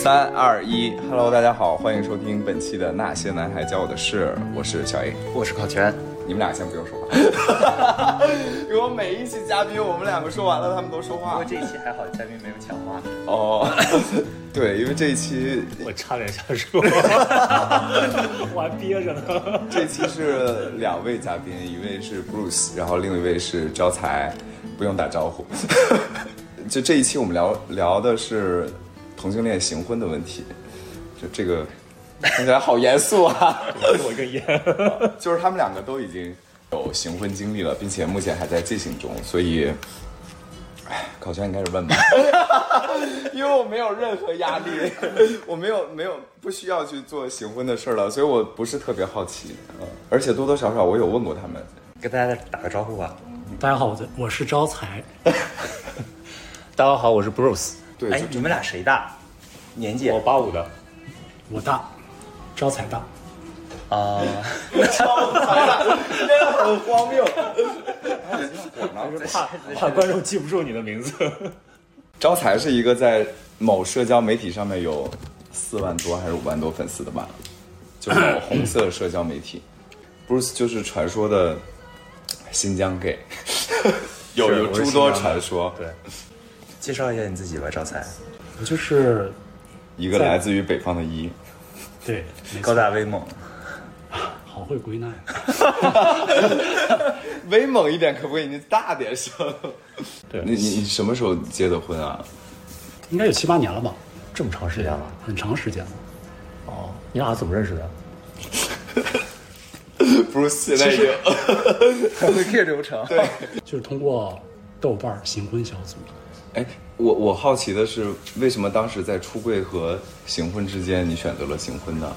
3、2、1 ，Hello， 大家好，欢迎收听本期的《那些男孩教我的事》，我是小 A， 我是考全。 你们俩先不用说话，因为我每一期嘉宾我们两个说完了，他们都说话。 不过这一期还好，嘉宾没有抢话。 哦，对，因为这一期我差点想说，我还憋着呢。 这期是2位嘉宾，一位是 Bruce， 然后另一位是招财，不用打招呼。就这一期我们聊的是同性恋行婚的问题，就这个听起来好严肃啊！ 我更严， 就是他们两个都已经有行婚经历了，并且目前还在进行中，所以，考全你开始问吧，因为我没有任何压力，我没有不需要去做行婚的事了，所以我不是特别好奇，而且多多少少我有问过他们， 跟大家打个招呼吧。 大家好，我是招财。 大家好，我是 Bruce。 对， 哎，你们俩谁大？年纪？ 我85的， 我大，招财大。 招财大，真的很荒谬。 怕观众记不住你的名字。 招财是一个在某社交媒体上面有4万多还是5万多粉丝的吧，就是某红色社交媒体。Bruce 就是传说的新疆 gay， 有诸多传说。 对，介绍一下你自己吧，招财。 我就是一个来自于北方的一， 对， 高大威猛， 好会归纳。 威猛一点可不可以？你大点声。 对， 你什么时候结的婚啊？ 应该有7、8年了吧？ 这么长时间了？ 很长时间了。 哦，你俩怎么认识的？ 不是现在已经很会 Q 流程。 对， 就是通过豆瓣行婚小组。 哎，我好奇的是，为什么当时在出柜和行婚之间，你选择了行婚呢？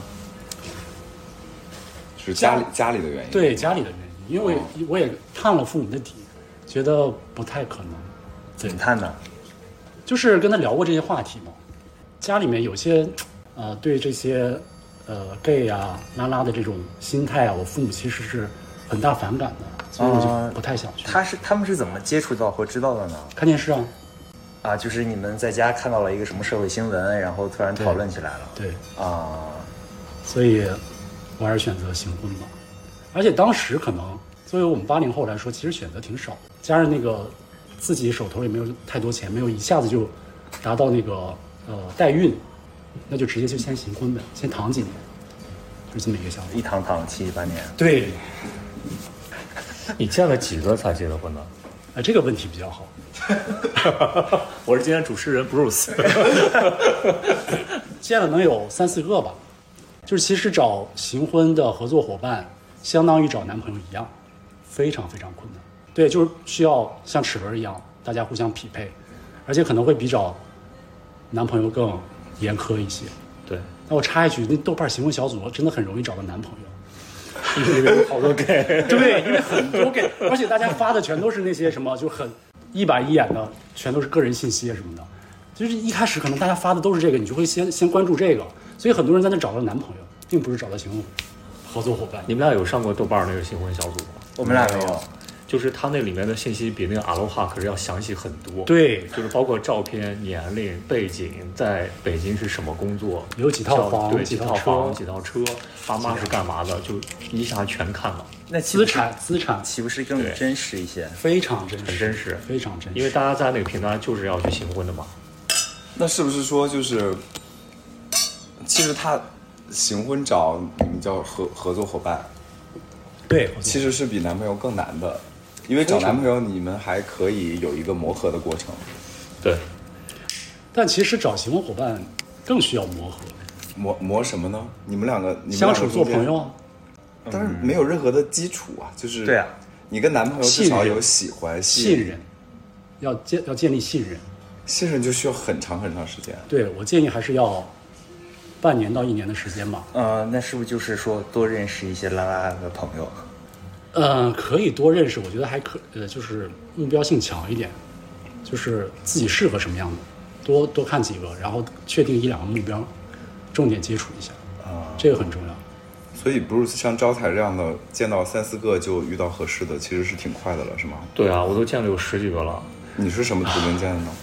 是家里的原因？ 对，家里的原因，因为我也探了父母的底，觉得不太可能。 怎么探的？ 就是跟他聊过这些话题嘛。家里面有些对这些gay 啊拉拉的这种心态啊，我父母其实是很大反感的，所以我就不太想去。 他们是怎么接触到或知道的呢？ 看电视啊。 啊，就是你们在家看到了一个什么社会新闻，然后突然讨论起来了。 对啊， 所以我还是选择行婚吧。而且当时可能作为我们80后来说，其实选择挺少，加上那个自己手头也没有太多钱，没有一下子就达到那个代孕，那就直接就先行婚呗，先躺几年，就是这么一个想法。 一躺7、8年。 对， 你见了几个才结的婚呢？ 这个问题比较好。 我是今天主持人 Bruce， 见了能有3、4个吧。就是其实找行婚的合作伙伴，相当于找男朋友一样，非常非常困难。对，就是需要像齿轮一样，大家互相匹配，而且可能会比找男朋友更严苛一些。 对， 那我插一句，那豆瓣行婚小组真的很容易找到男朋友。 因为有好多 gay， 对，因为很多 gay， 而且大家发的全都是那些什么，就很一板一眼的，全都是个人信息什么的。就是一开始可能大家发的都是这个，你就会先关注这个，所以很多人在那找到男朋友，并不是找到行婚合作伙伴。 你们俩有上过豆瓣那个新婚小组吗？ 我们俩没有。 就是他那里面的信息比那个阿罗哈可是要详细很多。 对， 就是包括照片、年龄、背景，在北京是什么工作， 有几套房， 对， 几套房、几套车，爸妈是干嘛的，就一下全看了。 那资产岂不是更真实一些？ 非常真实， 很真实， 非常真实。 因为大家在那个平台就是要去行婚的嘛。 那是不是说就是，其实他行婚找你们叫合作伙伴， 对， 其实是比男朋友更难的，因为找男朋友你们还可以有一个磨合的过程。 对， 但其实找行婚伙伴更需要磨合。 磨什么呢？你们两个相处做朋友啊， 但是没有任何的基础啊，就是对啊， 你跟男朋友至少有喜欢、 信任，要建立信任。 信任就需要很长很长时间。 对，我建议还是要半年到1年的时间吧。 那是不是就是说多认识一些拉拉的朋友？ 可以多认识，我觉得还就是目标性强一点，就是自己适合什么样的，多看几个，然后确定1、2个目标，重点接触一下这个很重要。 所以不是像招财这样的，见到3、4个就遇到合适的，其实是挺快的了，是吗？ 对啊，我都见了有10几个了。 你是什么途径见的呢？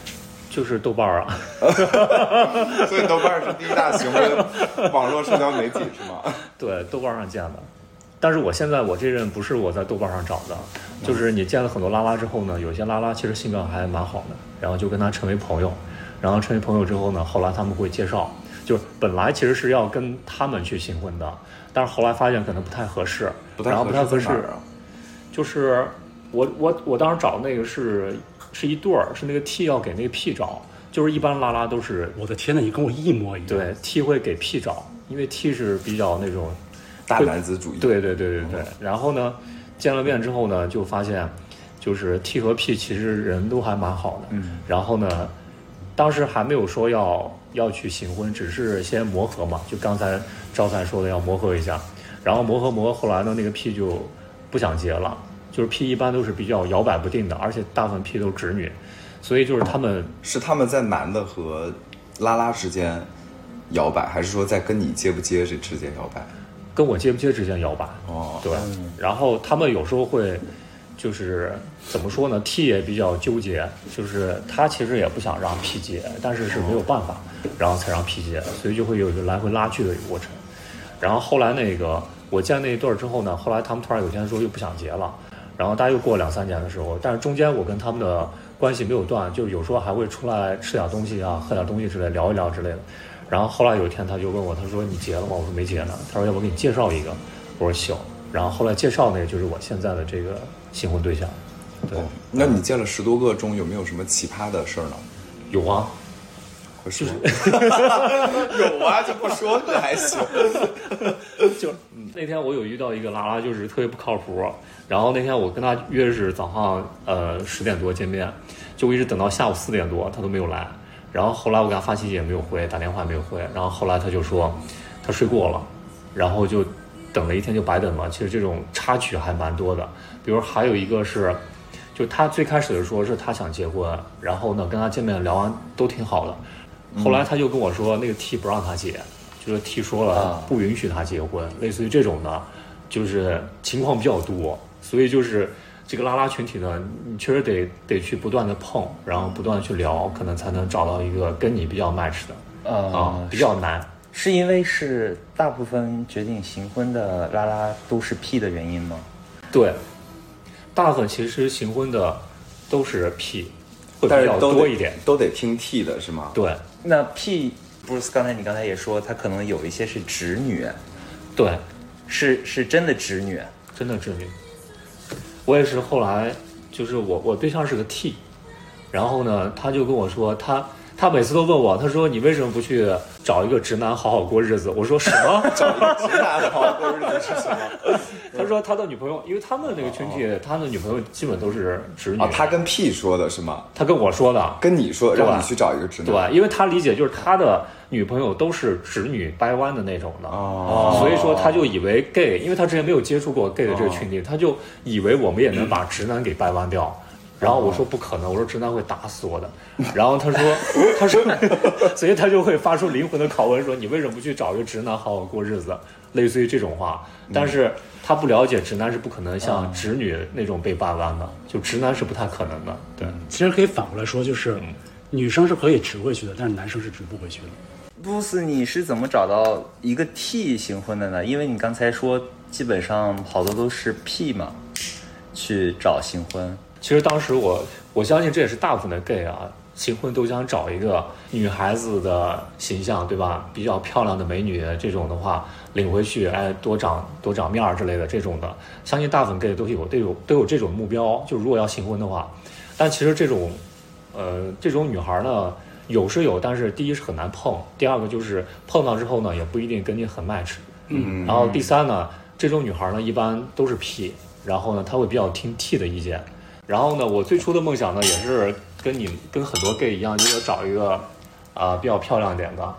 就是豆瓣啊。 所以豆瓣是第一大行婚网络社交媒体是吗？ 对，豆瓣上见的。但是我现在我这任不是我在豆瓣上找的，就是你见了很多拉拉之后呢，有些拉拉其实性格还蛮好的，然后就跟他成为朋友，然后成为朋友之后呢，后来他们会介绍，就是本来其实是要跟他们去新婚的，但是后来发现可能不太合适，然后不太合适，就是我当时找那个是一对儿，是那个 T 要给那个 P 找，就是一般拉拉都是， 我的天哪，你跟我一模一样。 对 T 会给 P 找，因为 T 是比较那种大男子主义。 对。然后呢，见了面之后呢，就发现就是 T 和 P 其实人都还蛮好的。然后呢，当时还没有说要去行婚，只是先磨合嘛，就刚才赵灿说的要磨合一下。然后磨合，后来呢，那个 P 就不想结了。就是 P 一般都是比较摇摆不定的，而且大部分 P 都是直女，所以就是他们在男的和拉拉之间摇摆，还是说在跟你接不接这之间摇摆？ 跟我接不接之间摇摆。对。然后他们有时候会，就是怎么说呢 ？T 也比较纠结，就是他其实也不想让 P 接，但是是没有办法，然后才让 P 接，所以就会有一个来回拉锯的一个过程。然后后来那个我见那一对儿之后呢，后来他们突然有天说又不想结了。然后大概又过2-3年的时候，但是中间我跟他们的关系没有断，就有时候还会出来吃点东西啊，喝点东西之类，聊一聊之类的。然后后来有一天他就问我，他说你结了吗？我说没结呢。他说要不给你介绍一个，我说行。然后后来介绍那个就是我现在的这个新婚对象。对。 那你见了10多个中有没有什么奇葩的事儿呢？ 有啊。 会说有啊，就不说这还行。 就那天我有遇到一个拉拉，就是特别不靠谱。然后那天我跟他约是早上10点多见面，就一直等到下午4点多他都没有来。然后后来我给他发信息也没有回，打电话也没有回。然后后来他就说他睡过了，然后就等了一天就白等嘛。其实这种插曲还蛮多的，比如还有一个是，就他最开始的说是他想结婚，然后呢跟他见面聊完都挺好的。后来他就跟我说那个 T 不让他结，就是 T 说了不允许他结婚，类似于这种的，就是情况比较多。所以就是这个拉拉群体呢，你确实得去不断的碰，然后不断的去聊，可能才能找到一个跟你比较 match 的。比较难。 是因为是大部分决定行婚的拉拉都是 P 的原因吗？ 对，大部分其实行婚的都是 P， 会比较多一点， 都得听 T 的是吗？ 对。 那 P 不是你刚才也说他可能有一些是直女。 对， 是真的直女。 真的直女。我也是后来就是我对象是个 T， 然后呢他就跟我说他每次都问我，他说你为什么不去找一个直男好好过日子？我说什么？ 找一个直男好好过日子是什么？ 他说他的女朋友，因为他们那个群体，他的女朋友基本都是直女。 他跟 P 说的是吗？ 他跟我说的， 跟你说让你去找一个直男。 对，因为他理解就是他的女朋友都是直女掰弯的那种的，所以说他就以为 gay， 因为他之前没有接触过 gay 的这个群体，他就以为我们也能把直男给掰弯掉。然后我说不可能，我说直男会打死我的。然后他说，所以他就会发出灵魂的拷问，说你为什么不去找一个直男好好过日子？类似于这种话。但是他不了解直男是不可能像直女那种被掰弯的，就直男是不太可能的。对， 其实可以反过来说，就是女生是可以直回去的，但是男生是直不回去的。 布斯，你是怎么找到一个 T 行婚的呢？因为你刚才说基本上好多都是 P 嘛，去找行婚。 其实当时我相信这也是大部分的 gay 啊，新婚都想找一个女孩子的形象，对吧？比较漂亮的美女，这种的话领回去，多长面之类的这种的，相信大部分 gay 都有这种目标。就如果要新婚的话，但其实这种女孩呢有是有，但是第一是很难碰，第二个就是碰到之后呢也不一定跟你很 match。然后第三呢，这种女孩呢一般都是 P， 然后呢她会比较听 T 的意见。然后呢，我最初的梦想呢，也是跟很多 gay 一样，就是找一个比较漂亮点的，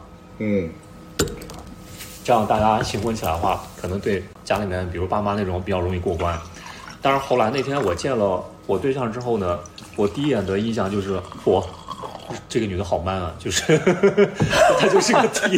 这样大家新婚起来的话，可能对家里面，比如爸妈那种比较容易过关。但是后来那天我见了我对象之后呢，我第一眼的印象就是，这个女的好 man 啊，就是她就是个 T。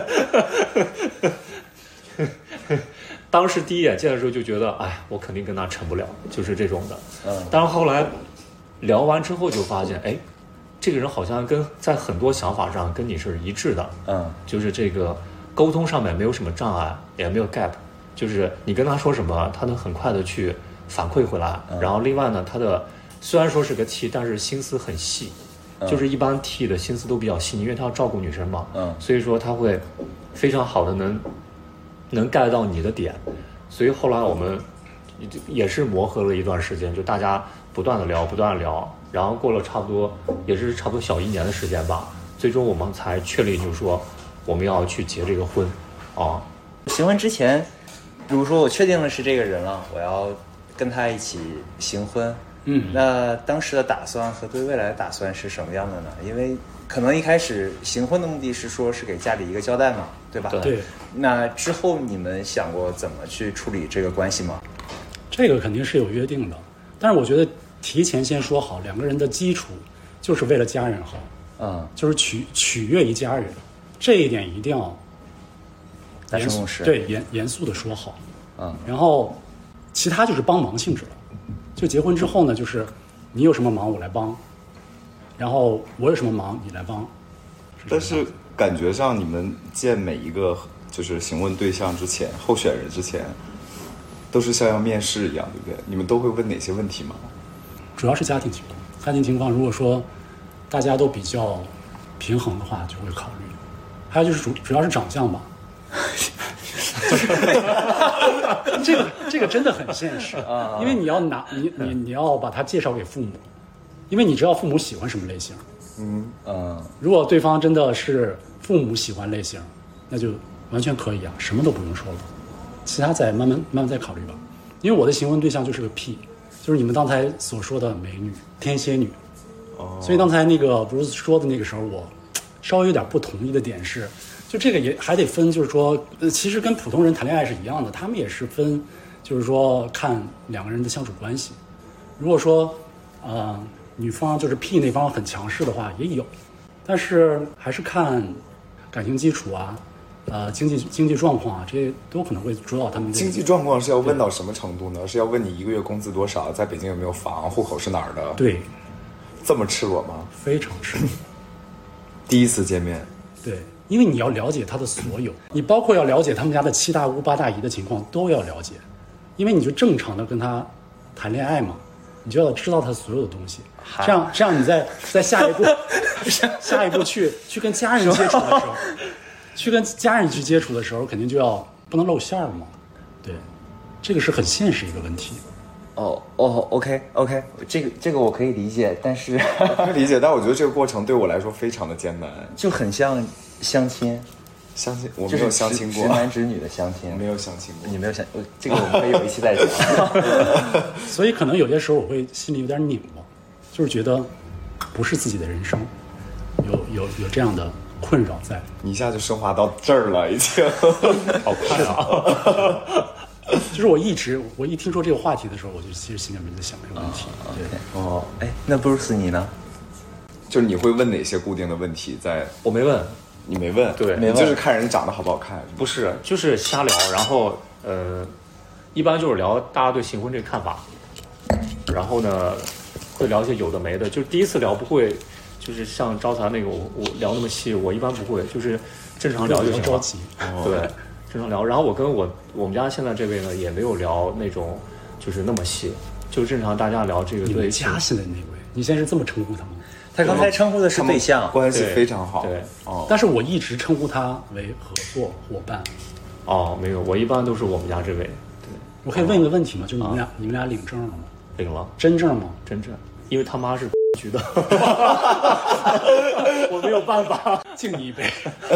当时第一眼见的时候就觉得，我肯定跟他成不了，就是这种的。但是后来聊完之后就发现， 这个人好像在很多想法上跟你是一致的，就是这个沟通上面没有什么障碍，也没有 gap， 就是你跟他说什么，他能很快的去反馈回来。然后另外呢，他的虽然说是个 T， 但是心思很细，就是一般 T 的心思都比较细腻，因为他要照顾女生嘛，所以说他会非常好的能 get 到你的点。所以后来我们也是磨合了一段时间，就大家不断的聊，然后过了差不多小1年的时间吧，最终我们才确立，就是说我们要去结这个婚啊。 行婚之前，比如说我确定了是这个人了，我要跟他一起行婚，那当时的打算和对未来的打算是什么样的呢？因为可能一开始行婚的目的是说是给家里一个交代嘛，对吧？ 对。 那之后你们想过怎么去处理这个关系吗？ 这个肯定是有约定的，但是我觉得提前先说好，两个人的基础就是为了家人好，就是取悦一家人，这一点一定要严肃的说好，然后其他就是帮忙性质了。就结婚之后呢，就是你有什么忙我来帮，然后我有什么忙你来帮。 但是感觉上你们见每一个就是行婚对象之前，候选人之前，都是像要面试一样，对不对？你们都会问哪些问题吗？ 主要是家庭情况。家庭情况如果说大家都比较平衡的话，就会考虑。还有就是主要是长相吧。这个真的很现实，因为你要你要把他介绍给父母，因为你知道父母喜欢什么类型。如果对方真的是父母喜欢类型，那就完全可以啊，什么都不用说了，其他再慢慢再考虑吧。因为我的行婚对象就是个 P， 就是你们刚才所说的美女天蝎女。所以刚才那个 Bruce 说的那个时候，我稍微有点不同意的点是，就这个也还得分，就是说其实跟普通人谈恋爱是一样的，他们也是分，就是说看两个人的相处关系。如果说女方就是 P 那方很强势的话也有，但是还是看感情基础啊，经济状况啊，这些都可能会主导他们。 经济状况是要问到什么程度呢？是要问你1个月工资多少，在北京有没有房，户口是哪儿的？ 对， 这么赤裸吗？ 非常赤裸。 第一次见面， 对，因为你要了解他的所有，你包括要了解他们家的7大姑8大姨的情况都要了解，因为你就正常的跟他谈恋爱嘛，你就要知道他所有的东西，这样你在下一步下一步去跟家人接触的时候，去跟家人去接触的时候，肯定就要不能露馅了嘛。对，这个是很现实一个问题。 OK， 这个我可以理解，但是可以理解，但我觉得这个过程对我来说非常的艰难， 就很像相亲。 我没有相亲过， 直男直女的相亲， 没有相亲过。 你没有这个我们可以有一期再讲。 所以可能有些时候我会心里有点拧巴，就是觉得不是自己的人生，有这样的困扰在。 你一下就升华到这儿了，已经好快啊！ 就是我一听说这个话题的时候，我就其实心里面在想这个问题。 对，那Bruce你呢？ 就是你会问哪些固定的问题？ 我没问。 你没问？ 对， 你就是看人长得好不好看？ 不是，就是瞎聊，然后一般就是聊大家对行婚这个看法，然后呢会聊一些有的没的，就是第一次聊不会，就是像招财那个我聊那么细，我一般不会，就是正常聊就行了。 着急， 对，正常聊。然后我跟我们家现在这位呢也没有聊那种就是那么细，就正常大家聊这个。 你们家现在那位，你现在是这么称呼他吗？ 他刚才称呼的是对象， 关系非常好。 对， 但是我一直称呼他为合作伙伴。 没有，我一般都是我们家这位。对， 我可以问一个问题吗？就你们俩领证了吗？ 领了， 真证吗？ 真证，因为他妈是局的，我没有办法， 敬你一杯。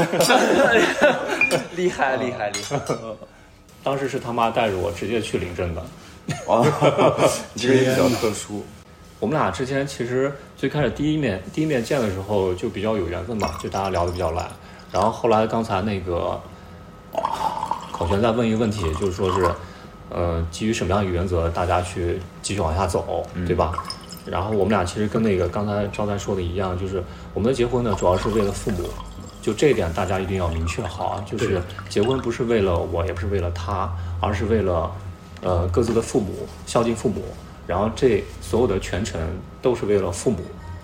厉害。 当时是他妈带着我直接去领证的。 你这个也比较特殊。 我们俩之前其实最开始第一面见的时候就比较有缘分嘛，就大家聊得比较来。然后后来刚才那个考全在问一个问题，就是说是基于什么样的原则大家去继续往下走，对吧？然后我们俩其实跟那个刚才赵丹说的一样，就是我们的结婚呢主要是为了父母，就这一点大家一定要明确好啊，就是结婚不是为了我，也不是为了他，而是为了各自的父母，孝敬父母。然后这所有的全程都是为了父母，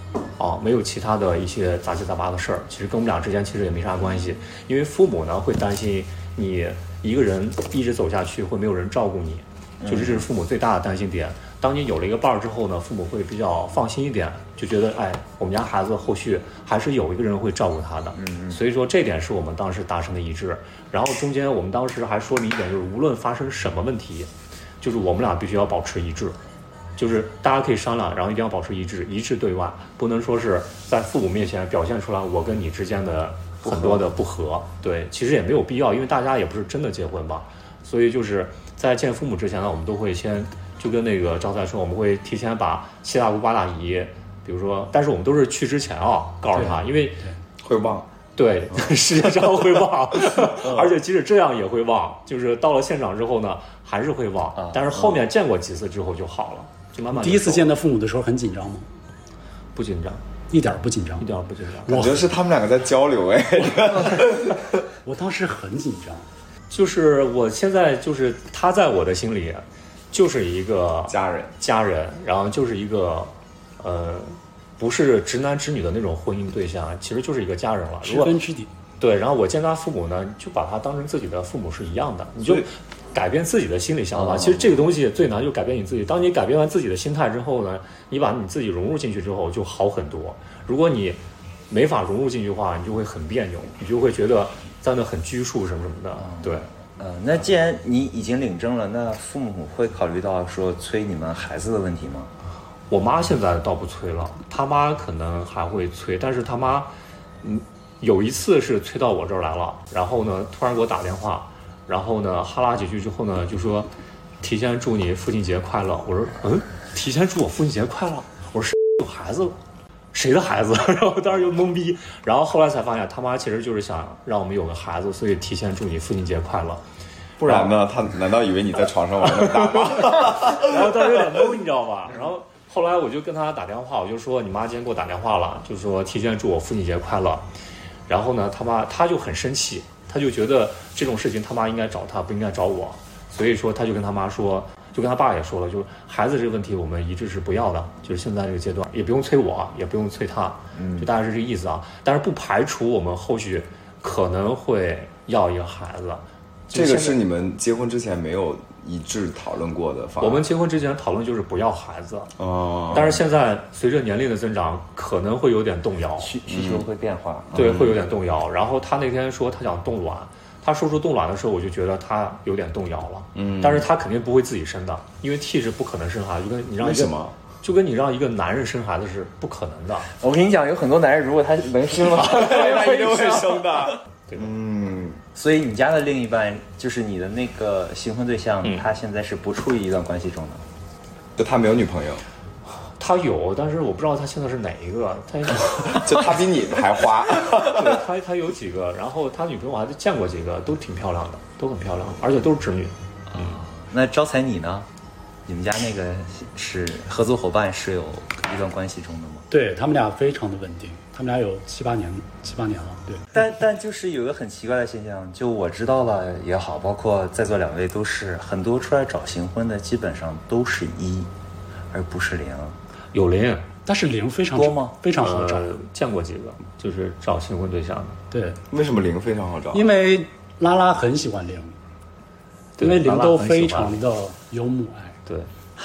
没有其他的一些杂七杂八的事儿。其实跟我们俩之间其实也没啥关系，因为父母呢会担心你一个人一直走下去会没有人照顾你，就是这是父母最大的担心点。当你有了一个伴儿之后呢，父母会比较放心一点，就觉得我们家孩子后续还是有一个人会照顾他的。所以说这点是我们当时达成的一致。然后中间我们当时还说了一点，就是无论发生什么问题，就是我们俩必须要保持一致，就是大家可以商量，然后一定要保持一致对外，不能说是在父母面前表现出来我跟你之间的很多的不和。对，其实也没有必要，因为大家也不是真的结婚吧。所以就是在见父母之前呢，我们都会先就跟那个招财说，我们会提前把七大姑八大姨，比如说，但是我们都是去之前告诉他，因为会忘。 对，世界上会忘，而且即使这样也会忘，就是到了现场之后呢，还是会忘。但是后面见过几次之后就好了，就慢慢。 第一次见到父母的时候很紧张吗？ 不紧张， 一点不紧张， 一点不紧张。 感觉是他们两个在交流我当时很紧张， 就是我现在就是他在我的心里就是一个家人，然后就是一个不是直男直女的那种婚姻对象，其实就是一个家人了， 知根知底。 对，然后我见他父母呢，就把他当成自己的父母是一样的，你就改变自己的心理想法。其实这个东西最难就改变你自己。当你改变完自己的心态之后呢，你把你自己融入进去之后就好很多。如果你没法融入进去的话，你就会很别扭，你就会觉得在那很拘束什么什么的。对。 那既然你已经领证了，那父母会考虑到说催你们孩子的问题吗？ 我妈现在倒不催了，他妈可能还会催，但是他妈，有一次是催到我这儿来了，然后呢，突然给我打电话，然后呢，哈拉几句之后呢，就说，提前祝你父亲节快乐。我说，提前祝我父亲节快乐。我说有孩子了，谁的孩子？然后当时就懵逼，然后后来才发现他妈其实就是想让我们有个孩子，所以提前祝你父亲节快乐。 不然呢？他难道以为你在床上玩那么大吗？ 然后当时有点懵，你知道吧？然后后来我就跟他打电话，我就说你妈今天给我打电话了，就说提前祝我父亲节快乐。然后呢，他就很生气，他就觉得这种事情他妈应该找他，不应该找我。所以说他就跟他妈说，就跟他爸也说了，就是孩子这个问题我们一致是不要的，就是现在这个阶段也不用催我，也不用催他，就大概是这个意思啊。但是不排除我们后续可能会要一个孩子。 这个是你们结婚之前没有一致讨论过的方案？ 我们结婚之前讨论就是不要孩子但是现在随着年龄的增长，可能会有点动摇， 需求会变化， 对，会有点动摇。然后他那天说他想冻卵，他说出冻卵的时候，我就觉得他有点动摇了。但是他肯定不会自己生的，因为 T 是不可能生孩子，就跟你让就跟你让一个男人生孩子是不可能的。 我跟你讲，有很多男人如果他能生了， 他一定会生的。 对， 所以你家的另一半就是你的那个新婚对象，他现在是不处于一段关系中的， 就他没有女朋友。 他有，但是我不知道他现在是哪一个。 就他比你还花。 对，他有几个，然后他女朋友我还见过几个，都挺漂亮的，都很漂亮，而且都是侄女。 那招财你呢？你们家那个是合作伙伴，是有一段关系中的吗？ 对，他们俩非常的稳定，他们俩有七八年了。对， 但就是有一个很奇怪的现象，就我知道了也好，包括在座两位都是，很多出来找新婚的基本上都是1，而不是0。 有0， 但是0非常多吗？ 非常好找， 见过几个，就是找新婚对象的。 对， 为什么0非常好找？ 因为拉拉很喜欢0，因为0都非常的有母爱。 对，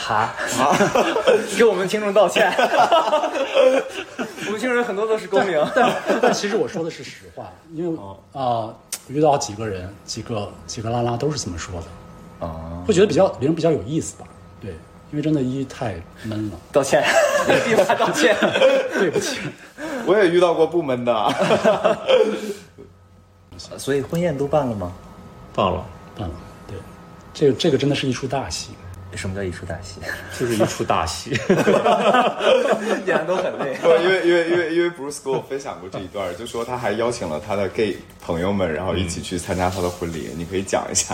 给我们听众道歉。我们听众很多都是公龄， 但其实我说的是实话，因为遇到几个人，几个拉拉都是这么说的会觉得0比较有意思吧？对，因为真的1太闷了。 道歉，立马道歉， 对不起。 我也遇到过不闷的。 所以婚宴都办了吗？ 办了。 对，这个真的是一出大戏。 什么叫一出大戏？ 就是一出大戏。 演的都很累。 因为 Bruce 跟我分享过这一段，就说他还邀请了他的 gay 朋友们，然后一起去参加他的婚礼。你可以讲一下。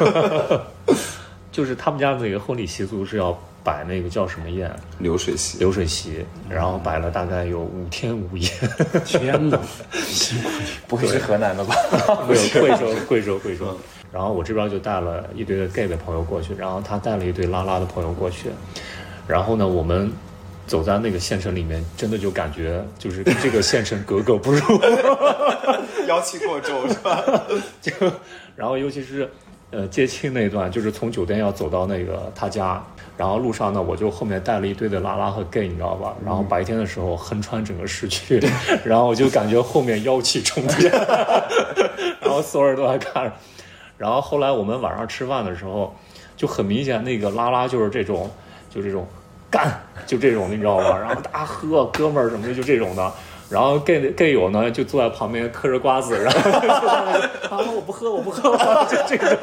就是他们家那个婚礼习俗是要摆那个叫什么宴？ 流水席， 然后摆了大概有5天5夜。 天哪，辛苦你！ 不会是河南的吧？ 没有，贵州。然后我这边就带了一堆的 gay 的朋友过去，然后他带了一堆拉拉的朋友过去。然后呢，我们走在那个县城里面，真的就感觉就是跟这个县城格格不入， 妖气过重是吧？ 就然后尤其是接亲那段，就是从酒店要走到那个他家，然后路上呢，我就后面带了一堆的拉拉和 gay， 你知道吧？然后白天的时候横穿整个市区，然后我就感觉后面妖气冲天，然后所有人都在看。然后后来我们晚上吃饭的时候，就很明显那个拉拉就是这种干，就这种你知道吧？然后大家喝哥们儿什么的，就这种的。然后 gay 友呢就坐在旁边嗑着瓜子，然后就在那我不喝，就这种。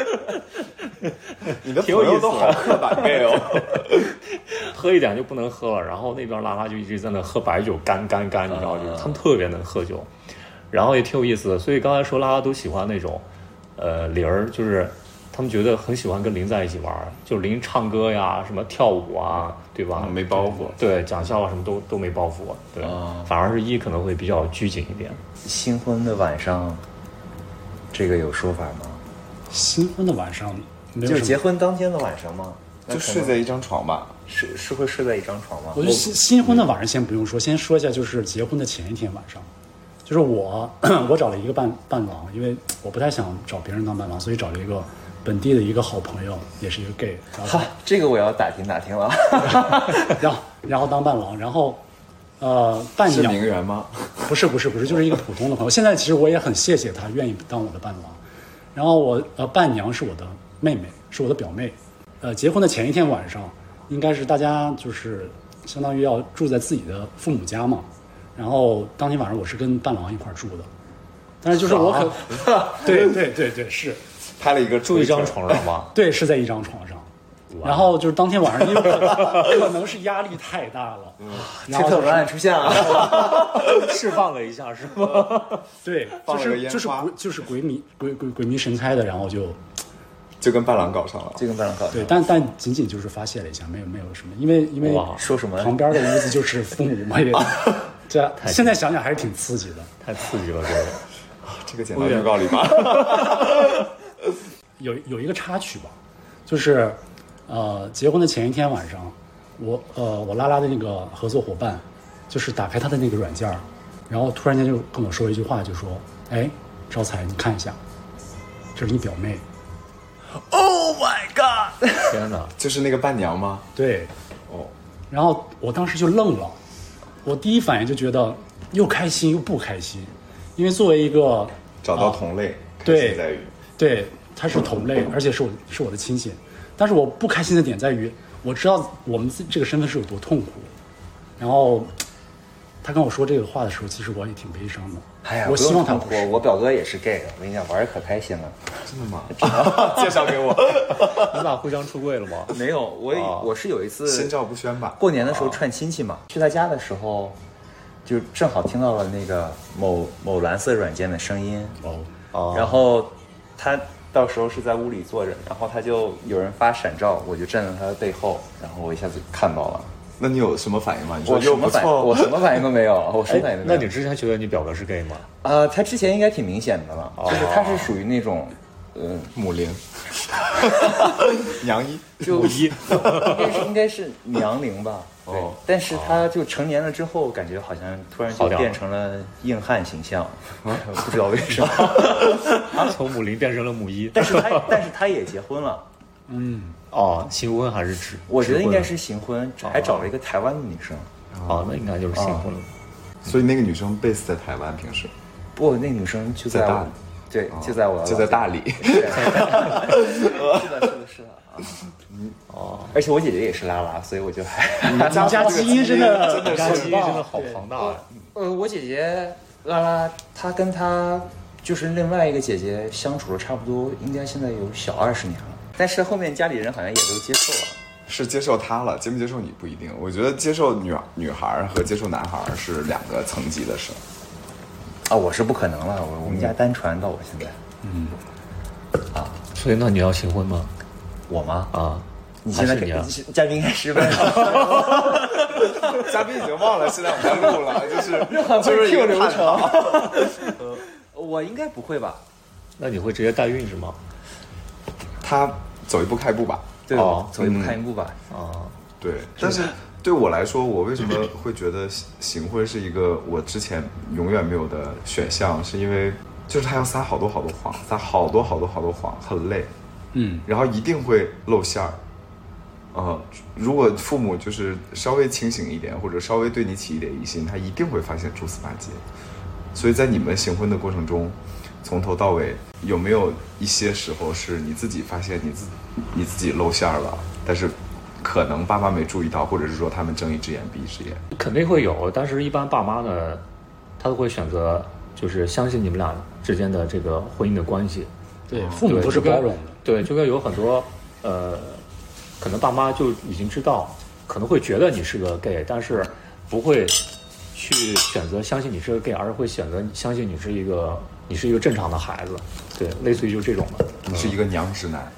你的朋友都好刻板 gay 哦， 喝一点就不能喝了。然后那边拉拉就一直在那喝白酒，干，你知道，就是他们特别能喝酒，然后也挺有意思的。所以刚才说拉拉都喜欢那种，铃儿，就是他们觉得很喜欢跟铃在一起玩，就铃唱歌呀，什么跳舞啊，对吧？ 没包袱， 对，讲笑话什么都没包袱，对，反而是可能会比较拘谨一点。 新婚的晚上，这个有说法吗？ 新婚的晚上没有就是结婚当天的晚上吗？ 就睡在一张床吧？ 是会睡在一张床吗？ 我觉得新婚的晚上先不用说，先说一下就是结婚的前一天晚上，就是我找了一个伴郎，因为我不太想找别人当伴郎，所以找了一个本地的一个好朋友，也是一个 gay。 哈，这个我要打听了。 然后当伴郎，然后伴娘是名媛吗？ 不是，就是一个普通的朋友。现在其实我也很谢谢他愿意当我的伴郎。然后我伴娘是我的妹妹，是我的表妹。结婚的前一天晚上，应该是大家就是相当于要住在自己的父母家嘛。然后当天晚上我是跟伴郎一块住的，但是就是我对是拍了一个住一张床上吗？ 对，是在一张床上。然后就是当天晚上，因为可能是压力太大了， 切特罗兰出现了， 释放了一下是吗？ 对，就是鬼迷神猜的，然后就跟伴郎搞上了， 对，但仅仅就是发泄了一下，没有什么，因为说什么旁边的屋子就是父母嘛，也这现在想想还是挺刺激的， 太刺激了这个剪到预告里吧。 有一个插曲吧，就是结婚的前一天晚上，我拉拉的那个合作伙伴，就是打开他的那个软件，然后突然间就跟我说一句话，就说：“哎，招财，你看一下，这是你表妹。” Oh my god！ 天哪， 就是那个伴娘吗？ 对，然后我当时就愣了，我第一反应就觉得又开心又不开心，因为作为一个找到同类， 对， 在于对，他是同类，而且是我的亲戚，但是我不开心的点在于，我知道我们这个身份是有多痛苦，然后他跟我说这个话的时候，其实我也挺悲伤的。 哎呀， 我希望他不我表哥也是 gay 的，我跟你讲，玩的可开心了。 真的吗？介绍给我。 你俩互相出柜了吗？ 没有，我是有一次心照不宣吧。 过年的时候串亲戚嘛，去他家的时候，就正好听到了那个某蓝色软件的声音。然后他到时候是在屋里坐着，然后他就有人发闪照，我就站在他的背后，然后我一下子看到了。 那你有什么反应吗？你说我什么反应都没有，我什么反应都没有。 那你之前觉得你表哥是 gay 吗？ 他之前应该挺明显的了，就是他是属于那种母龄娘一就母一应该是娘龄吧。对，但是他就成年了之后，感觉好像突然就变成了硬汉形象，不知道为什么。 他从母龄变成了母一， 但是他也结婚了。 新婚还是指？ 我觉得应该是新婚，还找了一个台湾的女生。 那应该就是新婚了。 所以那个女生 base 在台湾，平时不，那女生就在大理，对，就在大理。是的而且我姐姐也是拉拉，所以我就还家基因真的好庞大呀。 我姐姐拉拉，她跟她就是另外一个姐姐相处了差不多，应该现在有小20年了。但是后面家里人好像也都接受了， 是接受他了，接不接受你不一定。我觉得接受女孩和接受男孩是两个层级的事。 我是不可能了，我们家单传到我现在。 所以那你要新婚吗？ 我吗？你现在嘉宾开始问， 嘉宾已经忘了现在我们在录了，就是一个流程。我应该不会吧？ 那你会直接代孕是吗？ 他走一步看一步吧。 对，走一步看一步吧。 对，但是对我来说，我为什么会觉得行婚是一个我之前永远没有的选项，是因为就是他要撒好多好多谎，撒好多好多好多谎，很累，然后一定会露馅儿。如果父母就是稍微清醒一点，或者稍微对你起一点疑心，他一定会发现蛛丝马迹。所以在你们行婚的过程中，从头到尾有没有一些时候是你自己发现你自己露馅儿了，但是可能爸妈没注意到，或者是说他们睁一只眼闭一只眼？ 肯定会有，但是一般爸妈呢，他都会选择就是相信你们俩之间的这个婚姻的关系。 对，父母都是包容的。 对，就跟有很多可能爸妈就已经知道，可能会觉得你是个 gay， 但是不会去选择相信你是个 gay， 而是会选择相信你是一个正常的孩子。对，类似于就这种的。 你是一个娘直男。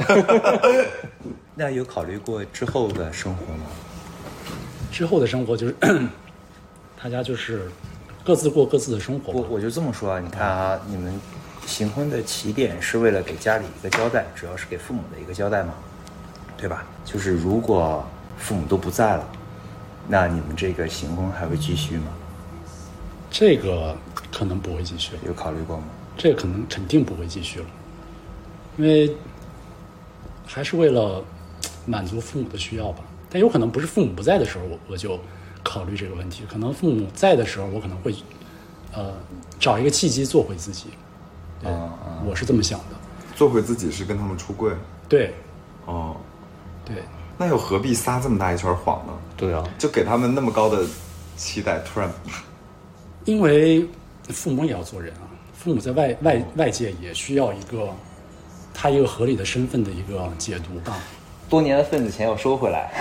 那有考虑过之后的生活吗？ 之后的生活就是大家就是各自过各自的生活。 我就这么说啊，你看啊，你们行婚的起点是为了给家里一个交代，主要是给父母的一个交代嘛，对吧？就是如果父母都不在了，那你们这个行婚还会继续吗？ 这个可能不会继续了。 有考虑过吗？ 这个肯定不会继续了，因为还是为了满足父母的需要吧。但有可能不是父母不在的时候我就考虑这个问题，可能父母在的时候我可能会找一个契机做回自己。我是这么想的。 做回自己是跟他们出柜？ 对。对。 那又何必撒这么大一圈谎呢？ 对啊， 就给他们那么高的期待，突然啪。 因为父母也要做人啊，父母在外界也需要一个合理的身份的一个解读啊。 多年的份子钱要收回来。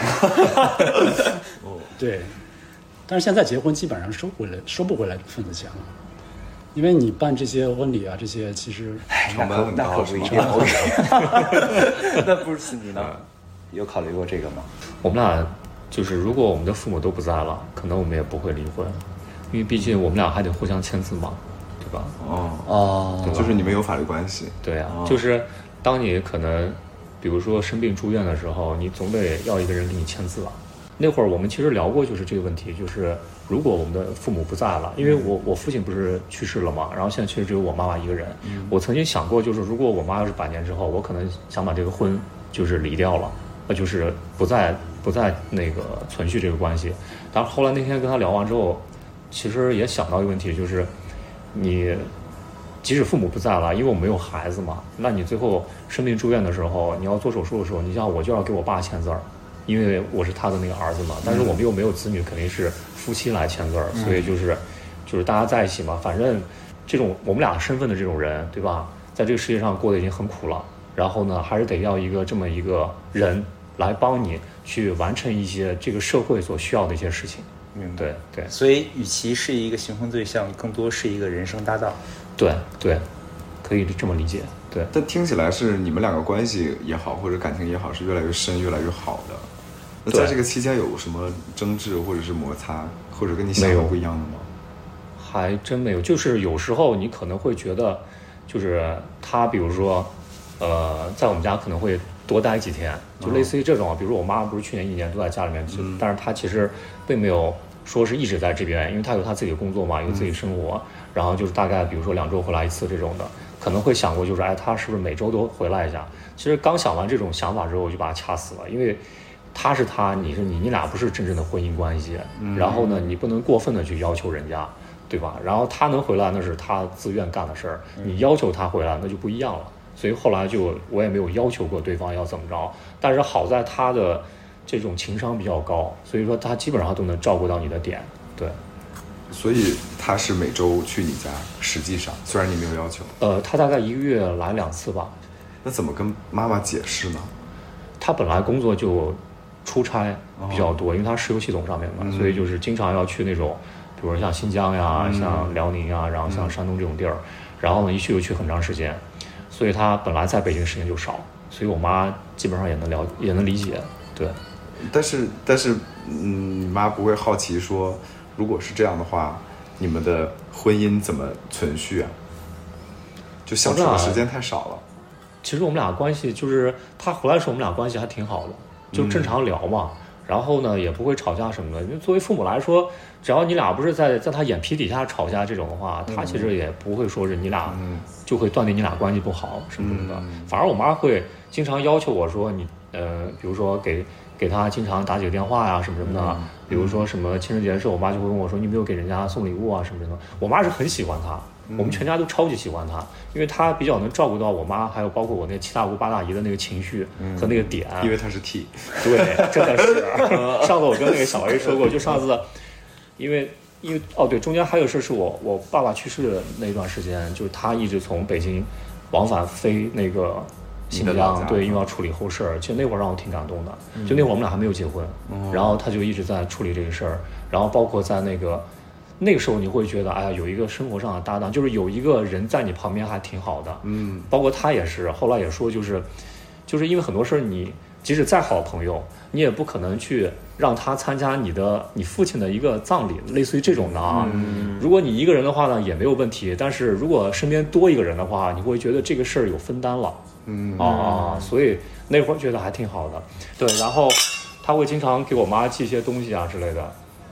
对，但是现在结婚基本上收不回来份子钱了，因为你办这些婚礼啊，这些其实成本很高， 那可不一定。那不是你呢？有考虑过这个吗？ 我们俩就是如果我们的父母都不在了，可能我们也不会离婚，因为毕竟我们俩还得互相签字嘛，对吧？ 就是你们有法律关系。 对啊，就是当你可能比如说生病住院的时候，你总得要一个人给你签字啊。那会儿我们其实聊过就是这个问题，就是如果我们的父母不在了，因为我父亲不是去世了嘛，然后现在确实只有我妈妈一个人。我曾经想过，就是如果我妈要是100年之后，我可能想把这个婚就是离掉了，就是不再那个存续这个关系。但是后来那天跟他聊完之后，其实也想到一个问题，就是你即使父母不在了，因为我没有孩子嘛，那你最后生病住院的时候，你要做手术的时候，你像我就要给我爸签字儿，因为我是他的那个儿子嘛。但是我们又没有子女，肯定是夫妻来签字儿，所以就是大家在一起嘛。反正这种我们俩身份的这种人，对吧？在这个世界上过得已经很苦了，然后呢，还是得要这么一个人来帮你去完成一些这个社会所需要的一些事情。对。 所以与其是一个行婚对象，更多是一个人生搭档。 对，可以这么理解。对， 但听起来是你们两个关系也好，或者感情也好，是越来越深、越来越好的。那在这个期间有什么争执或者是摩擦，或者跟你想的不一样的吗？ 还真没有，就是有时候你可能会觉得，就是他比如说，在我们家可能会多待几天，就类似于这种。比如说我妈不是去年1年都在家里面，但是她其实并没有说是一直在这边，因为她有她自己的工作嘛，有自己生活。然后就是大概比如说2周回来一次这种的，可能会想过就是她是不是每周都回来一下。其实刚想完这种想法之后，我就把她掐死了，因为他是他，你是你，你俩不是真正的婚姻关系。然后呢，你不能过分的去要求人家，对吧？然后他能回来那是他自愿干的事儿，你要求他回来那就不一样了。所以后来我也没有要求过对方要怎么着，但是好在他的这种情商比较高，所以说他基本上都能照顾到你的点。对， 所以他是每周去你家，实际上虽然你没有要求。 他大概1个月来2次吧。 那怎么跟妈妈解释呢？ 他本来工作就出差比较多，因为他石油系统上面嘛，所以就是经常要去那种，比如说像新疆呀、像辽宁呀，然后像山东这种地儿，然后呢一去就去很长时间，所以他本来在北京时间就少，所以我妈基本上也能理解。对， 但是你妈不会好奇说，如果是这样的话，你们的婚姻怎么存续啊？就相处的时间太少了。其实我们俩关系就是他回来的时候，我们俩关系还挺好的，就正常聊嘛。 然后呢也不会吵架什么的。因为作为父母来说，只要你俩不是在他眼皮底下吵架这种的话，他其实也不会说是你俩就会断定你俩关系不好什么的。反而我妈会经常要求我说你比如说给他经常打几个电话呀什么什么的，比如说什么情人节的时候，我妈就会问我说你有没有给人家送礼物啊什么什么的。我妈是很喜欢他，我们全家都超级喜欢他，因为他比较能照顾到我妈，还有包括我那七大姑八大姨的那个情绪和那个点。 因为他是 T， 对，真的是。上次我跟那个小 A 说过，就上次，因为哦对，中间还有事是我爸爸去世的那段时间，就是他一直从北京往返飞那个新疆，对，因为要处理后事儿。其实那会儿让我挺感动的，就那会儿我们俩还没有结婚，然后他就一直在处理这个事儿，然后包括在那个时候你会觉得，哎呀，有一个生活上的搭档，就是有一个人在你旁边还挺好的。包括他也是，后来也说，就是因为很多事儿，你即使再好的朋友，你也不可能去让他参加你父亲的一个葬礼，类似于这种的啊。如果你一个人的话呢，也没有问题，但是如果身边多一个人的话，你会觉得这个事儿有分担了。所以那会儿觉得还挺好的。对，然后他会经常给我妈寄一些东西啊之类的。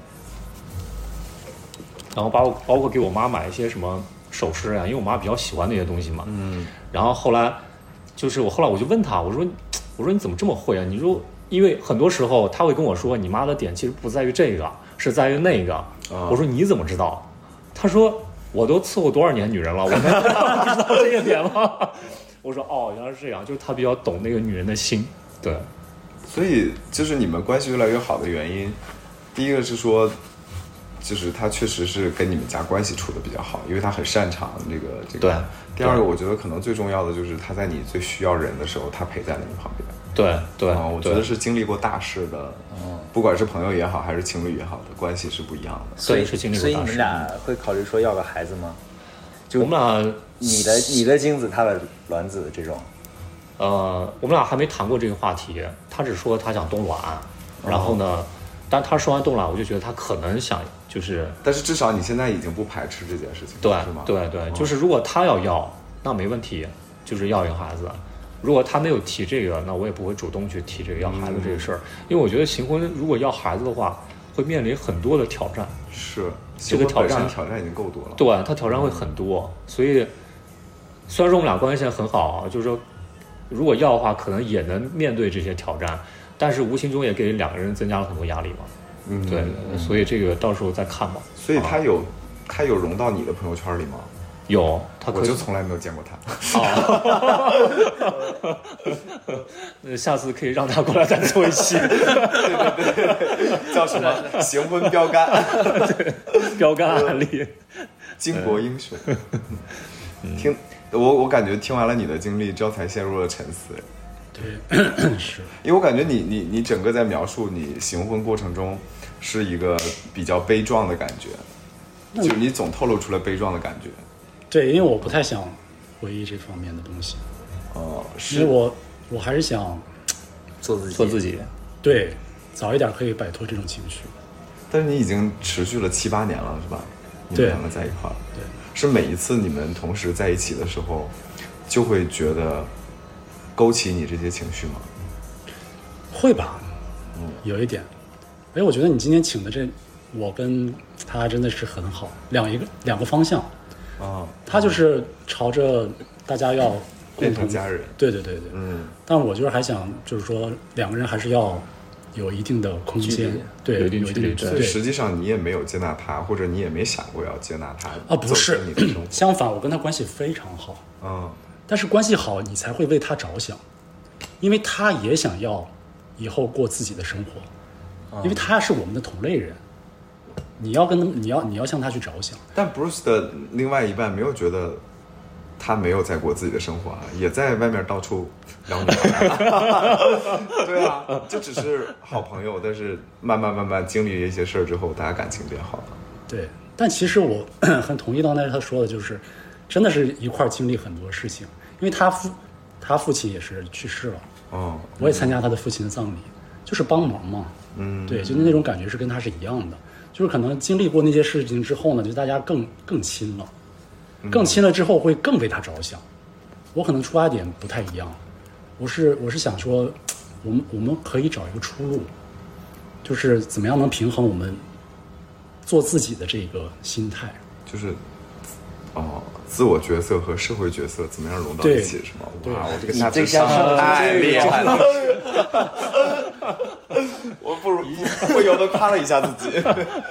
然后包括给我妈买一些什么首饰啊，因为我妈比较喜欢那些东西嘛。然后后来就是后来我就问她，我说你怎么这么会啊？你说，因为很多时候她会跟我说，你妈的点其实不在于这个，是在于那个。我说你怎么知道？她说我都伺候多少年女人了，我能不知道这个点吗？我说哦，原来是这样，就是她比较懂那个女人的心。对， 所以就是你们关系越来越好的原因，第一个是说，就是他确实是跟你们家关系处的比较好，因为他很擅长这个。 对。 第二个，我觉得可能最重要的就是他在你最需要人的时候，他陪在你旁边。 对。 我觉得是经历过大事的，不管是朋友也好，还是情侣也好，的关系是不一样的。 所以是经历过大事。 所以你们俩会考虑说要个孩子吗？就我们俩， 你的精子，他的卵子这种。 我们俩还没谈过这个话题，他只说他想冻卵，然后呢，但他说完冻卵，我就觉得他可能想就是， 但是至少你现在已经不排斥这件事情， 对， 是吗？ 对，就是如果他要，那没问题，就是要一个孩子。如果他没有提这个，那我也不会主动去提这个要孩子这个事儿，因为我觉得行婚如果要孩子的话，会面临很多的挑战。 是， 这个挑战已经够多了。 对，他挑战会很多，所以虽然说我们俩关系现在很好，就是说如果要的话，可能也能面对这些挑战，但是无形中也给两个人增加了很多压力嘛。对，所以这个到时候再看吧。 所以他有融到你的朋友圈里吗？ 有， 我就从来没有见过他。 那下次可以让他过来再做一期。 对，叫什么？行婚标杆。 对，标杆案例， 巾帼英雄。我感觉听完了你的经历，招才陷入了沉思。 对，是因为我感觉你整个在描述你行婚过程中是一个比较悲壮的感觉，就你总透露出了悲壮的感觉。 对，因为我不太想回忆这方面的东西。 是因为我还是想做自己。 对，早一点可以摆脱这种情绪。 但是你已经持续了7、8年了，是吧？你们两个在一块儿。 对。 是每一次你们同时在一起的时候，就会觉得勾起你这些情绪吗？ 会吧，有一点。我觉得你今天请的我跟他真的是很好，两个方向。他就是朝着大家要变成家人。对。 但我就是还想，就是说两个人还是要有一定的空间，对，有一定的所以实际上你也没有接纳他，或者你也没想过要接纳他不是，相反，我跟他关系非常好。但是关系好，你才会为他着想，因为他也想要以后过自己的生活，因为他是我们的同类人，你要向他去着想。 但 Bruce 的另外一半没有觉得他没有在过自己的生活啊，也在外面到处撩女孩。对啊，这只是好朋友，但是慢慢经历了一些事儿之后，大家感情变好了。 对，但其实我很同意刚才他说的，就是真的是一块经历很多事情，因为他父亲也是去世了。我也参加他的父亲的葬礼，就是帮忙嘛。对，就那种感觉是跟他是一样的，就是可能经历过那些事情之后呢，就大家更亲了。更亲了之后会更为他着想，我可能出发点不太一样，我是想说，我们可以找一个出路， 就是怎么样能平衡我们做自己的这个心态。 就是自我角色和社会角色怎么样融到一起，是吗？哇，我这个下这上太厉害了！我不由得夸了一下自己。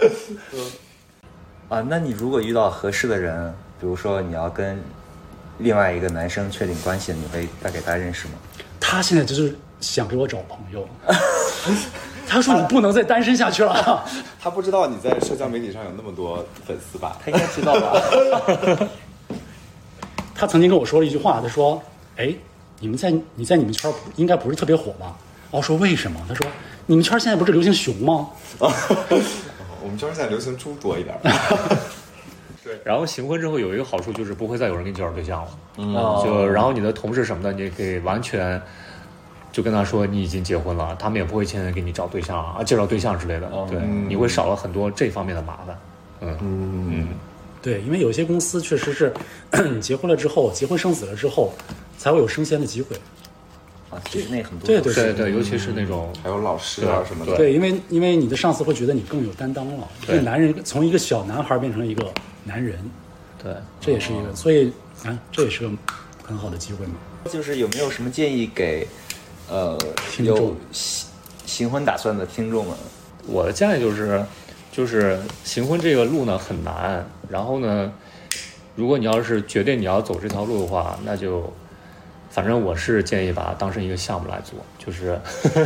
那你如果遇到合适的人，比如说你要跟另外一个男生确定关系，你会带给他认识吗？ 他现在就是想给我找朋友，他说你不能再单身下去了。 他不知道你在社交媒体上有那么多粉丝吧？ 他应该知道吧？ 他曾经跟我说了一句话，他说：“哎，你在你们圈应该不是特别火吧？”我说为什么？他说：“你们圈现在不是流行熊吗？” 我们圈现在流行猪多一点。 对，然后行婚之后有一个好处就是不会再有人给你介绍对象了，然后你的同事什么的，你可以完全就跟他说你已经结婚了，他们也不会现在给你找对象介绍对象之类的，对，你会少了很多这方面的麻烦。 对，因为有些公司确实是你结婚了之后，结婚生子了之后，才会有升迁的机会。 体制内很多。 对， 尤其是那种还有老师什么的。 对，因为你的上司会觉得你更有担当了，这个男人从一个小男孩变成了一个男人， 对， 这也是一个，所以这也是个很好的机会嘛。 就是有没有什么建议给有行婚打算的听众们？ 我的建议就是行婚这个路呢很难，然后呢，如果你要是决定你要走这条路的话，那就反正我是建议把它当成一个项目来做，就是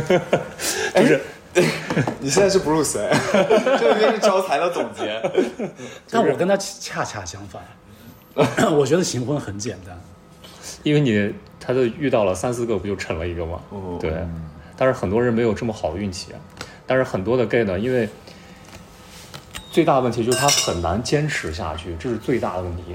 你现在是 Bruce， 这明明是招财的总结。 但我跟他恰恰相反，我觉得行婚很简单， 因为他都遇到了3-4个，不就成了一个吗？对，但是很多人没有这么好的运气，但是很多的 gay 呢，因为最大的问题就是他很难坚持下去，这是最大的问题，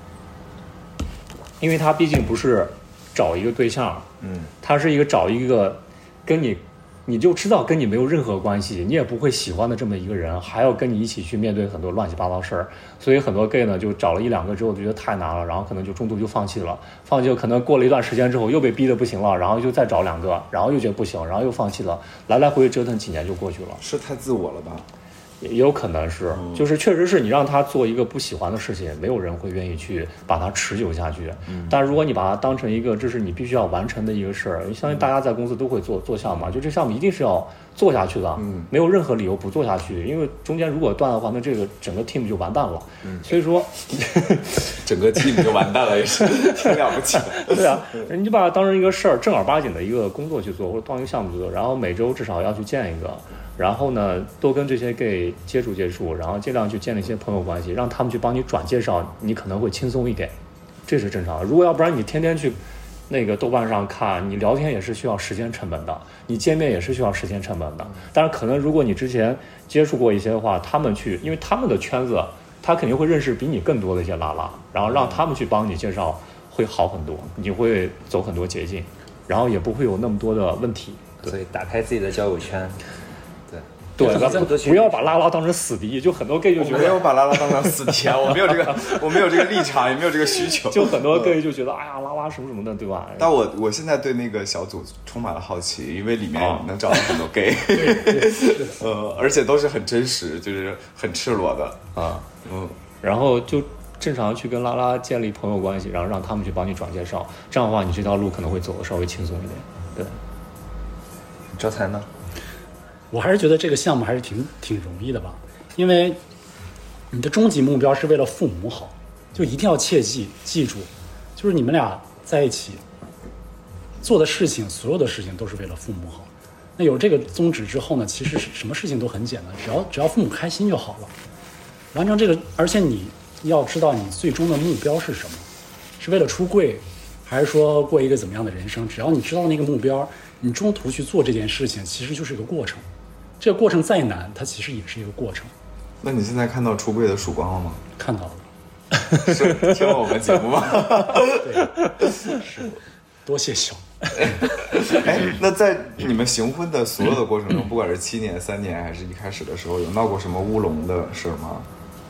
因为他毕竟不是找一个对象，他是找一个跟你就知道跟你没有任何关系，你也不会喜欢的这么一个人，还要跟你一起去面对很多乱七八糟事儿，所以很多 gay 呢就找了1-2个之后就觉得太难了，然后可能就中途就放弃了，可能过了一段时间之后又被逼得不行了，然后就再找2个，然后又觉得不行，然后又放弃了，来来回回折腾几年就过去了。 是太自我了吧？ 也有可能是，就是确实是你让他做一个不喜欢的事情，没有人会愿意去把它持久下去。但如果你把它当成一个这是你必须要完成的一个事儿，相信大家在公司都会做项目嘛，就这项目一定是要做下去的，没有任何理由不做下去，因为中间如果断的话，那这个整个 team 就完蛋了。所以说， 整个 team 就完蛋了，也是挺了不起的。 对啊，你就把它当成一个事儿，正儿八经的一个工作去做，或者当一个项目去做，然后每周至少要去见一个。然后呢，多跟这些 gay 接触，然后尽量去建立一些朋友关系，让他们去帮你转介绍，你可能会轻松一点，这是正常的。如果要不然你天天去那个豆瓣上看，你聊天也是需要时间成本的，你见面也是需要时间成本的。但是可能如果你之前接触过一些的话，他们去，因为他们的圈子，他肯定会认识比你更多的一些拉拉，然后让他们去帮你介绍会好很多，你会走很多捷径，然后也不会有那么多的问题。 所以打开自己的交友圈。 对，不要把拉拉当成死敌，就很多 gay 就觉得没有把拉拉当成死敌啊，我没有这个立场，也没有这个需求。 就很多 gay 就觉得，哎呀，拉拉什么什么的，对吧？ 但我现在对那个小组充满了好奇，因为里面能找到很多 gay，而且都是很真实，就是很赤裸的啊， 然后就正常去跟拉拉建立朋友关系，然后让他们去帮你转介绍，这样的话，你这条路可能会走得稍微轻松一点。对， 招财呢？ 我还是觉得这个项目还是挺容易的吧，因为你的终极目标是为了父母好，就一定要记住，就是你们俩在一起做的事情，所有的事情都是为了父母好。那有这个宗旨之后呢，其实什么事情都很简单，只要父母开心就好了。完成这个，而且你要知道你最终的目标是什么，是为了出柜，还是说过一个怎么样的人生？只要你知道那个目标，你中途去做这件事情，其实就是一个过程。这个过程再难，它其实也是一个过程。 那你现在看到出柜的曙光了吗？ 看到了。是听了我们节目吗？ 对，是。多谢小。 哎，那在你们行婚的所有的过程中，不管是7年、3年，还是一开始的时候，有闹过什么乌龙的事吗？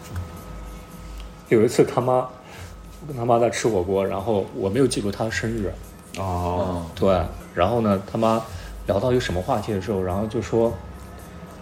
有一次我跟他妈在吃火锅，然后我没有记住他的生日。 哦， 对，然后呢，他妈聊到一个什么话题的时候，然后就说，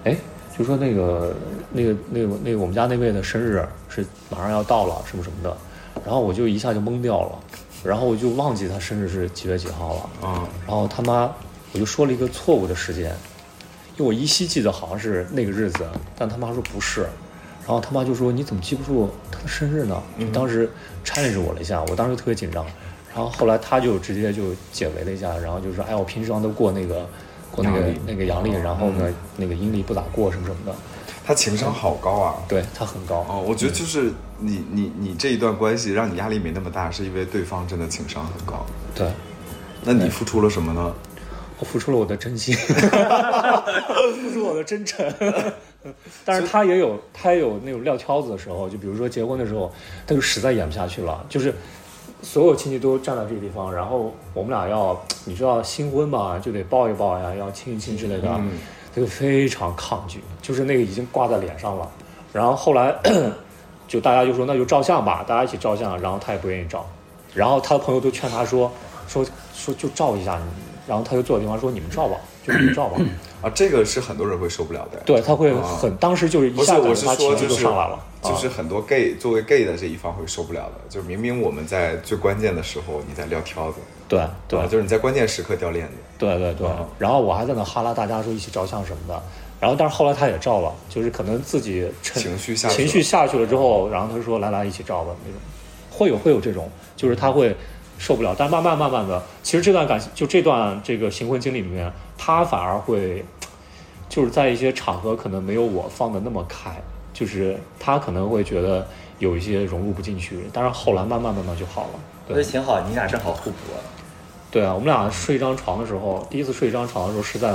哎，就说那个我们家那位的生日是马上要到了，什么什么的，然后我就一下就懵掉了，然后我就忘记他生日是几月几号了啊，然后他妈我就说了一个错误的时间，因为我依稀记得好像是那个日子，但他妈说不是，然后他妈就说你怎么记不住他的生日呢？就当时challenge我了一下，我当时特别紧张，然后后来他就直接就解围了一下，然后就说哎我平常都过那个阳历，然后呢那个阴历不咋过什么什么的。 他情商好高啊！ 对他很高哦，我觉得就是你这一段关系让你压力没那么大，是因为对方真的情商很高。 对， 那你付出了什么呢？ 我付出了我的真心，付出我的真诚。但是他也有那种撂挑子的时候，就比如说结婚的时候，他就实在演不下去了，就是所有亲戚都站在这个地方，然后我们俩要，你知道新婚嘛，就得抱一抱呀，要亲一亲之类的，他就非常抗拒，就是那个已经挂在脸上了。然后后来就大家就说那就照相吧，大家一起照相，然后他也不愿意照，然后他的朋友都劝他说就照一下，然后他就坐在地方说你们照吧，就你们照吧。 啊，这个是很多人会受不了的。 对，他会当时就是一下子他情绪就上来了， 就是很多 gay 作为 gay 的这一方会受不了的，就是明明我们在最关键的时候你在撂挑子， 对， 就是你在关键时刻掉链子， 对，然后我还在那哈拉大家说一起照相什么的，然后但是后来他也照了，就是可能自己情绪下去了之后，然后他说来一起照吧那种，会有这种，就是他会受不了，但慢慢的，其实这段这个新婚经历里面，他反而会就是在一些场合可能没有我放的那么开，就是他可能会觉得有一些融入不进去，但是后来慢慢就好了。 对，挺好，你俩正好互补啊。 对啊，我们俩睡一张床的时候，第一次睡一张床的时候是在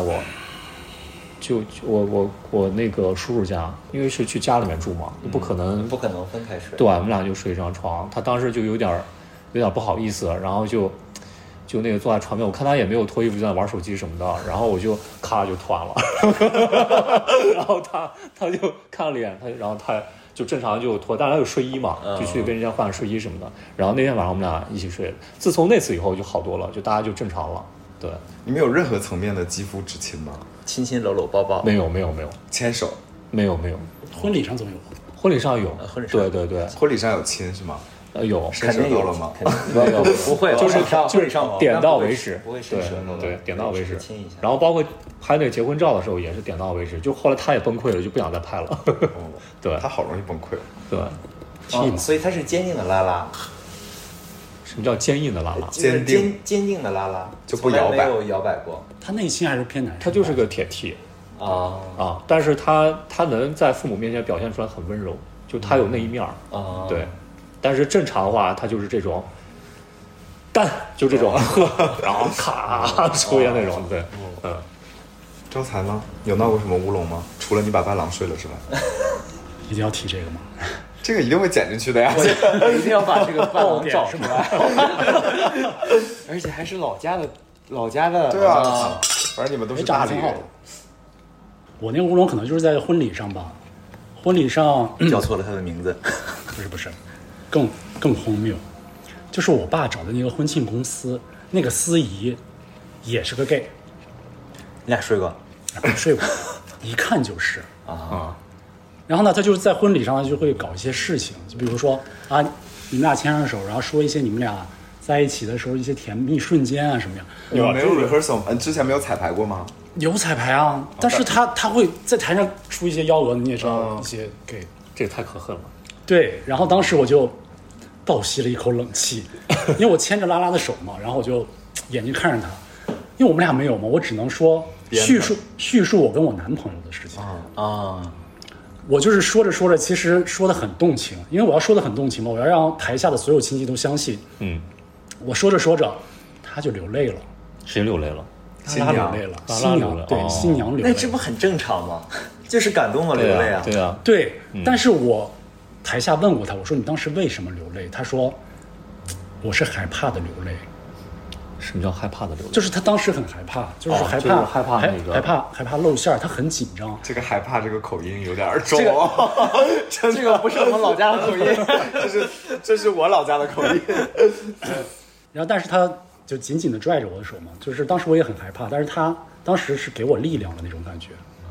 我那个叔叔家，因为是去家里面住嘛，不可能分开睡。 对，我们俩就睡一张床，他当时就有点不好意思，然后就那个坐在床边，我看他也没有脱衣服，就在玩手机什么的，然后我就咔就脱完了，然后他就看脸，然后他就正常就脱，但是他有睡衣嘛，就去跟人家换睡衣什么的。然后那天晚上我们俩一起睡，自从那次以后就好多了，就大家就正常了。对， 你们有任何层面的肌肤之亲吗？ 亲亲搂搂抱抱？ 没有， 牵手？ 没有。 婚礼上总有， 婚礼上有，对， 婚礼上有亲是吗？ 有， 肯定有了吗？ 没有， 不会， 就是点到为止， 不会伸舌头的， 对，点到为止， 亲一下。 然后包括拍那个结婚照的时候也是点到为止，就后来他也崩溃了，就不想再拍了。对， 他好容易崩溃了。 对， 所以他是坚定的拉拉。 什么叫坚硬的拉拉？ 坚定的拉拉， 就不摇摆， 没有摇摆过。 他内心还是偏男生， 他就是个铁 T 啊，但是他能在父母面前表现出来很温柔，就他有那一面啊，对。但是正常的话，他就是这种干，就这种，然后咔抽烟那种，对， 招财呢？有闹过什么乌龙吗？除了你把伴郎睡了之外， 一定要提这个吗？ 这个一定会剪进去的呀！ 一定要把这个伴郎找出来， 而且还是老家的。 对啊，反正你们都是大理人。 我那个乌龙可能就是在婚礼上吧，婚礼上叫错了他的名字， 不是，更荒谬，就是我爸找的那个婚庆公司，那个司仪也是个 gay。 你俩睡过？ 睡过，一看就是啊。 然后呢，他就是在婚礼上就会搞一些事情，就比如说啊，你们俩牵上手，然后说一些你们俩在一起的时候一些甜蜜瞬间啊什么样。 你们没有 rehearsal？之前没有彩排过吗？ 有彩排啊，但是他会在台上出一些幺蛾，你也知道一些 gay， 这个太可恨了。 对，然后当时我就倒吸了一口冷氣，因为我牵着拉拉的手嘛，然后我就眼睛看着他，因为我们俩没有嘛，我只能说叙述我跟我男朋友的事情啊。我就是说着，其实说的很动情，因为我要说的很动情嘛，我要让台下的所有亲戚都相信。我说着，他就流泪了。 谁流泪了？ 新娘流泪了，新娘对新娘流泪。 那这不很正常吗？就是感动了流泪啊。 对啊， 对。但是我台下问过他，我说你当时为什么流泪？他说我是害怕的流泪。 什么叫害怕的流泪？ 就是他当时很害怕，就是害怕露馅，他很紧张。 这个害怕这个口音有点重， 这个不是我们老家的口音， 这是我老家的口音。 然后，但是他就紧紧地拽着我的手嘛，就是当时我也很害怕，但是他当时是给我力量的那种感觉。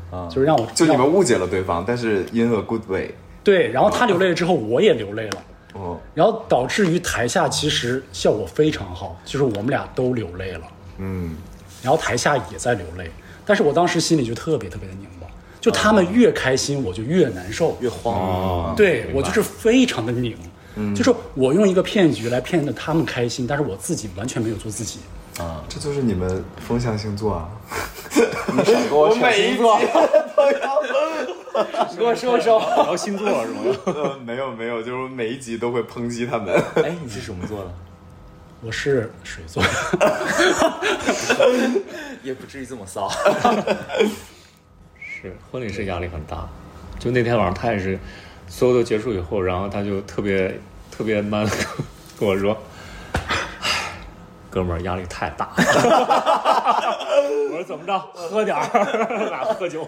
就是让我就你们误解了对方，但是 in a good way。 对，然后他流泪了之后，我也流泪了。 哦， 然后导致于台下其实效果非常好，就是我们俩都流泪了，然后台下也在流泪，但是我当时心里就特别特别的拧巴，就他们越开心我就越难受， 越慌。 对，我就是非常的拧，就是我用一个骗局来骗得他们开心，但是我自己完全没有做自己。 这就是你们风象星座啊！ 你少给我扯星座， 你给我说说。 聊星座是吗？ 没有，就是每一集都会抨击他们。 哎，你是什么座的？ 我是水座， 也不至于这么骚。 是婚礼是压力很大，就那天晚上他也是，所有都结束以后，然后他就特别慢跟我说。哥们儿，压力太大。我说怎么着，喝点儿，俩喝酒。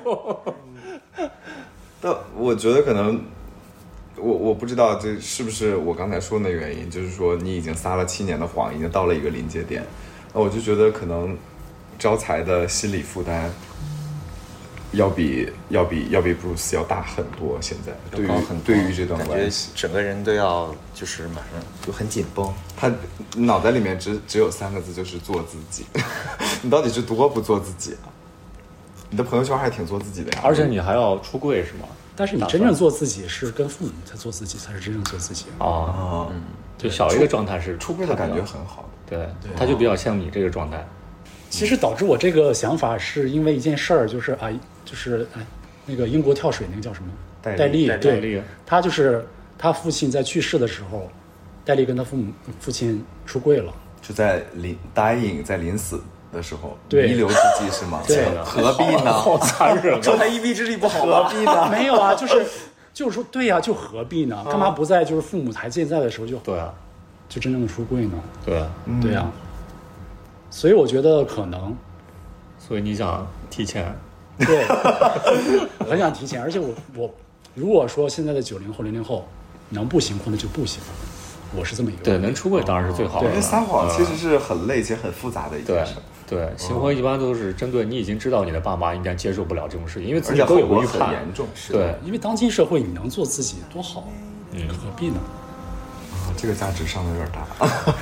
但我觉得可能，我不知道这是不是我刚才说的原因，就是说你已经撒了7年的谎，已经到了一个临界点，那我就觉得可能招财的心理负担要比 Bruce 要大很多。现在对于这段关系， 整个人都要就是马上就很紧绷。 他脑袋里面只有3个字，就是做自己。你到底是多不做自己啊？你的朋友圈还挺做自己的呀。 而且你还要出柜是吗？ 但是你真正做自己是跟父母才做自己，才是真正做自己。 就小一个状态是出柜的感觉很好。 对，他就比较像你这个状态。 其实导致我这个想法是因为一件事儿，就是那个英国跳水那个叫什么？戴笠。对，他就是他父亲在去世的时候，戴笠跟他父亲出柜了， 就在临死的时候， 对， 弥留之际是吗？ 对， 何必呢？ 好残忍！ 说他一臂之力不好吗？ 何必呢？ 没有啊，就是说，对呀，就何必呢？干嘛不在就是父母还健在的时候对啊， 就真正的出柜呢？ 对啊， 对啊。所以我觉得可能， 所以你想提前， 对，很想提前，而且我如果说现在的90后、00后能不行婚的就不行，我是这么一个对，能出柜当然是最好的。 因为撒谎其实是很累且很复杂的一件事。 对，新婚一般都是针对你已经知道你的爸妈应该接受不了这种事情，因为自己都有个预判。 很严重。 对， 因为当今社会你能做自己多好，何必呢？ 这个价值上的有点大。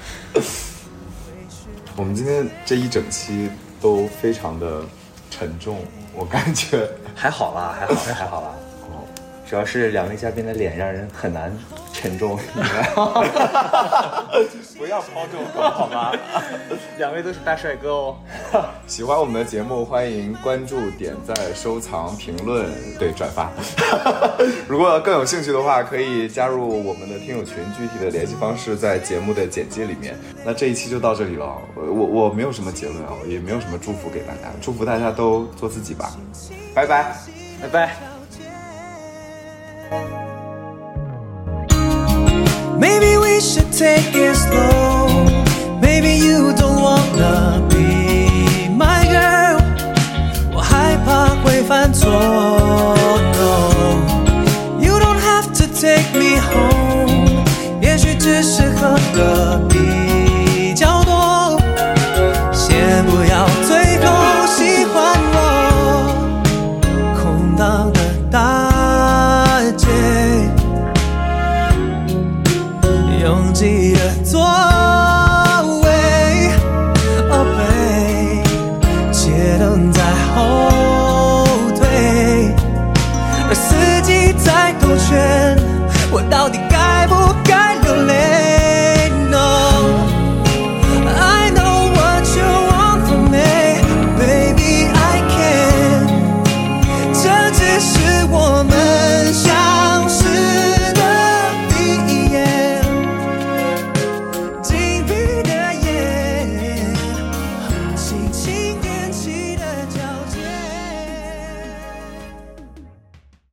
我们今天这一整期都非常的沉重，我感觉还好啦。哦，主要是2位嘉宾的脸让人很难沉重。 不要抛这种梗好吗 ？2位都是大帅哥哦。 喜欢我们的节目，欢迎关注、点赞、收藏、评论，对，转发。如果更有兴趣的话，可以加入我们的听友群，具体的联系方式在节目的简介里面。那这一期就到这里了，我没有什么结论啊，也没有什么祝福给大家，祝福大家都做自己吧，拜拜， 拜拜。 Maybe we should take it slow. Maybe you don't wanna be my girl. 我害怕会犯错。No, you don't have to take me home. 也许只是喝的比较多。先不要最后喜欢我。空荡的大街。拥挤的坐